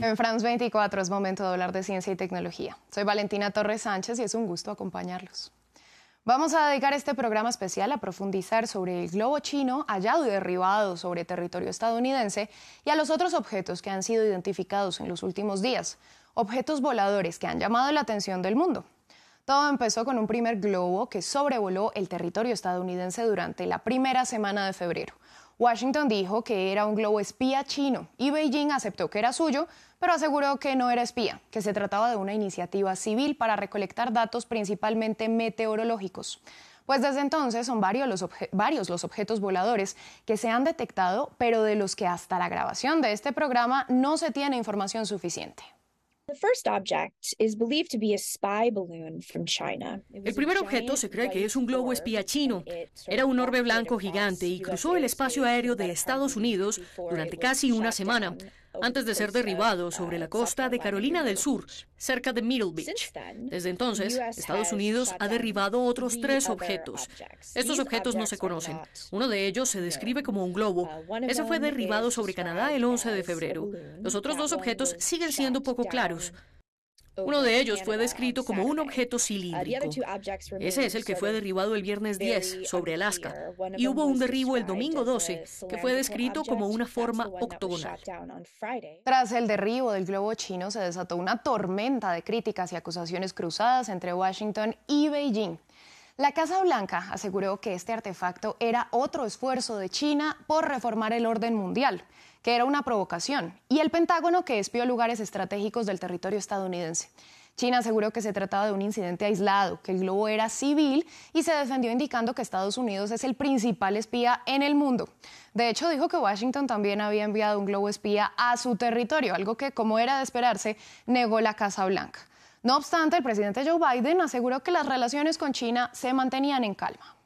En France 24 es momento de hablar de ciencia y tecnología. Soy Valentina Torres Sánchez y es un gusto acompañarlos. Vamos a dedicar este programa especial a profundizar sobre el globo chino hallado y derribado sobre territorio estadounidense y a los otros objetos que han sido identificados en los últimos días, objetos voladores que han llamado la atención del mundo. Todo empezó con un primer globo que sobrevoló el territorio estadounidense durante la primera semana de febrero. Washington dijo que era un globo espía chino y Beijing aceptó que era suyo, pero aseguró que no era espía, que se trataba de una iniciativa civil para recolectar datos principalmente meteorológicos. Pues desde entonces son varios los objetos voladores que se han detectado, pero de los que hasta la grabación de este programa no se tiene información suficiente. El primer objeto se cree que es un globo espía chino. Era un orbe blanco gigante y cruzó el espacio aéreo de Estados Unidos durante casi una semana, antes de ser derribado sobre la costa de Carolina del Sur, cerca de Myrtle Beach. Desde entonces, Estados Unidos ha derribado otros 3 objetos. Estos objetos no se conocen. Uno de ellos se describe como un globo. Ese fue derribado sobre Canadá el 11 de febrero. Los otros 2 objetos siguen siendo poco claros. Uno de ellos fue descrito como un objeto cilíndrico. Ese es el que fue derribado el viernes 10 sobre Alaska. Y hubo un derribo el domingo 12 que fue descrito como una forma octogonal. Tras el derribo del globo chino se desató una tormenta de críticas y acusaciones cruzadas entre Washington y Beijing. La Casa Blanca aseguró que este artefacto era otro esfuerzo de China por reformar el orden mundial, que era una provocación, y el Pentágono que espió lugares estratégicos del territorio estadounidense. China aseguró que se trataba de un incidente aislado, que el globo era civil y se defendió indicando que Estados Unidos es el principal espía en el mundo. De hecho, dijo que Washington también había enviado un globo espía a su territorio, algo que, como era de esperarse, negó la Casa Blanca. No obstante, el presidente Joe Biden aseguró que las relaciones con China se mantenían en calma.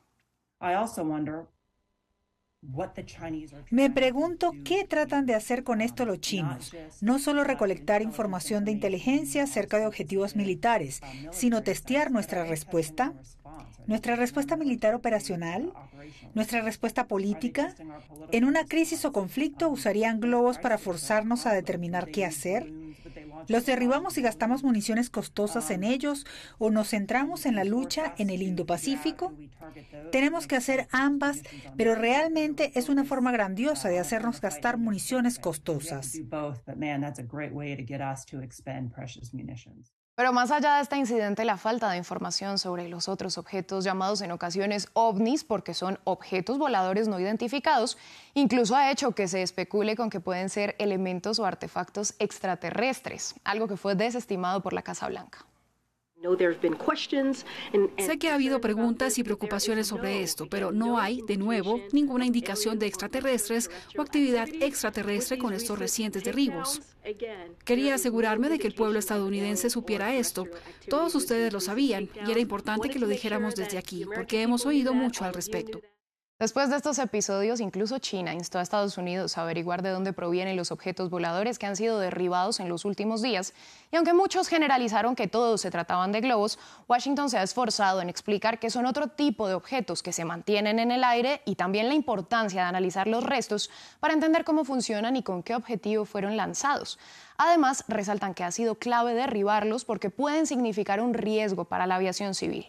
Me pregunto qué tratan de hacer con esto los chinos. No solo recolectar información de inteligencia acerca de objetivos militares, sino testear nuestra respuesta militar operacional, nuestra respuesta política. En una crisis o conflicto usarían globos para forzarnos a determinar qué hacer. ¿Los derribamos y gastamos municiones costosas en ellos o nos centramos en la lucha en el Indo-Pacífico? Tenemos que hacer ambas, pero realmente es una forma grandiosa de hacernos gastar municiones costosas. Pero más allá de este incidente, la falta de información sobre los otros objetos llamados en ocasiones ovnis, porque son objetos voladores no identificados, incluso ha hecho que se especule con que pueden ser elementos o artefactos extraterrestres, algo que fue desestimado por la Casa Blanca. Sé que ha habido preguntas y preocupaciones sobre esto, pero no hay, de nuevo, ninguna indicación de extraterrestres o actividad extraterrestre con estos recientes derribos. Quería asegurarme de que el pueblo estadounidense supiera esto. Todos ustedes lo sabían y era importante que lo dijéramos desde aquí, porque hemos oído mucho al respecto. Después de estos episodios, incluso China instó a Estados Unidos a averiguar de dónde provienen los objetos voladores que han sido derribados en los últimos días. Y aunque muchos generalizaron que todos se trataban de globos, Washington se ha esforzado en explicar que son otro tipo de objetos que se mantienen en el aire y también la importancia de analizar los restos para entender cómo funcionan y con qué objetivo fueron lanzados. Además, resaltan que ha sido clave derribarlos porque pueden significar un riesgo para la aviación civil.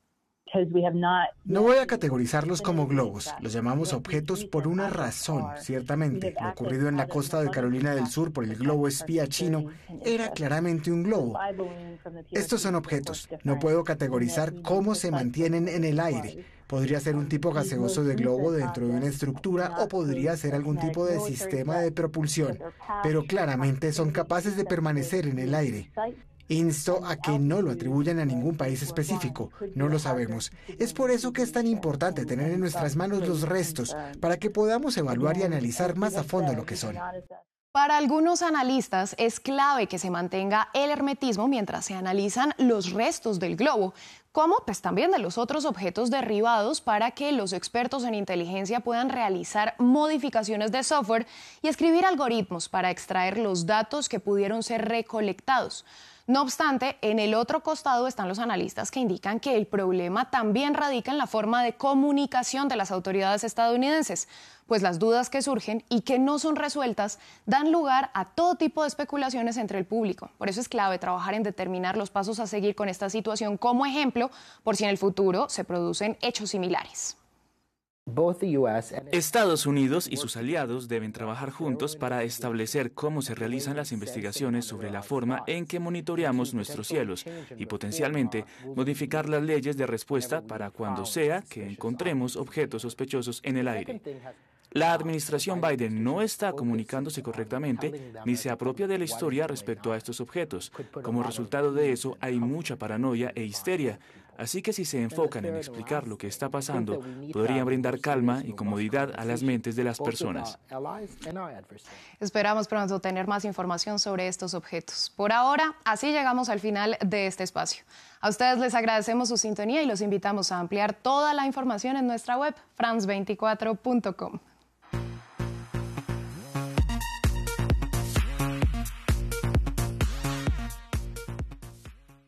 No voy a categorizarlos como globos, los llamamos objetos por una razón, ciertamente. Lo ocurrido en la costa de Carolina del Sur por el globo espía chino era claramente un globo. Estos son objetos, no puedo categorizar cómo se mantienen en el aire. Podría ser un tipo gaseoso de globo dentro de una estructura o podría ser algún tipo de sistema de propulsión, pero claramente son capaces de permanecer en el aire. Insto a que no lo atribuyan a ningún país específico, no lo sabemos. Es por eso que es tan importante tener en nuestras manos los restos, para que podamos evaluar y analizar más a fondo lo que son. Para algunos analistas es clave que se mantenga el hermetismo mientras se analizan los restos del globo. como pues también de los otros objetos derribados para que los expertos en inteligencia puedan realizar modificaciones de software y escribir algoritmos para extraer los datos que pudieron ser recolectados. No obstante, en el otro costado están los analistas que indican que el problema también radica en la forma de comunicación de las autoridades estadounidenses, pues las dudas que surgen y que no son resueltas dan lugar a todo tipo de especulaciones entre el público. Por eso es clave trabajar en determinar los pasos a seguir con esta situación como ejemplo, por si en el futuro se producen hechos similares. Estados Unidos y sus aliados deben trabajar juntos para establecer cómo se realizan las investigaciones sobre la forma en que monitoreamos nuestros cielos y potencialmente modificar las leyes de respuesta para cuando sea que encontremos objetos sospechosos en el aire. La administración Biden no está comunicándose correctamente ni se apropia de la historia respecto a estos objetos. Como resultado de eso, hay mucha paranoia e histeria. Así que si se enfocan en explicar lo que está pasando, podrían brindar calma y comodidad a las mentes de las personas. Esperamos pronto tener más información sobre estos objetos. Por ahora, así llegamos al final de este espacio. A ustedes les agradecemos su sintonía y los invitamos a ampliar toda la información en nuestra web, france24.com.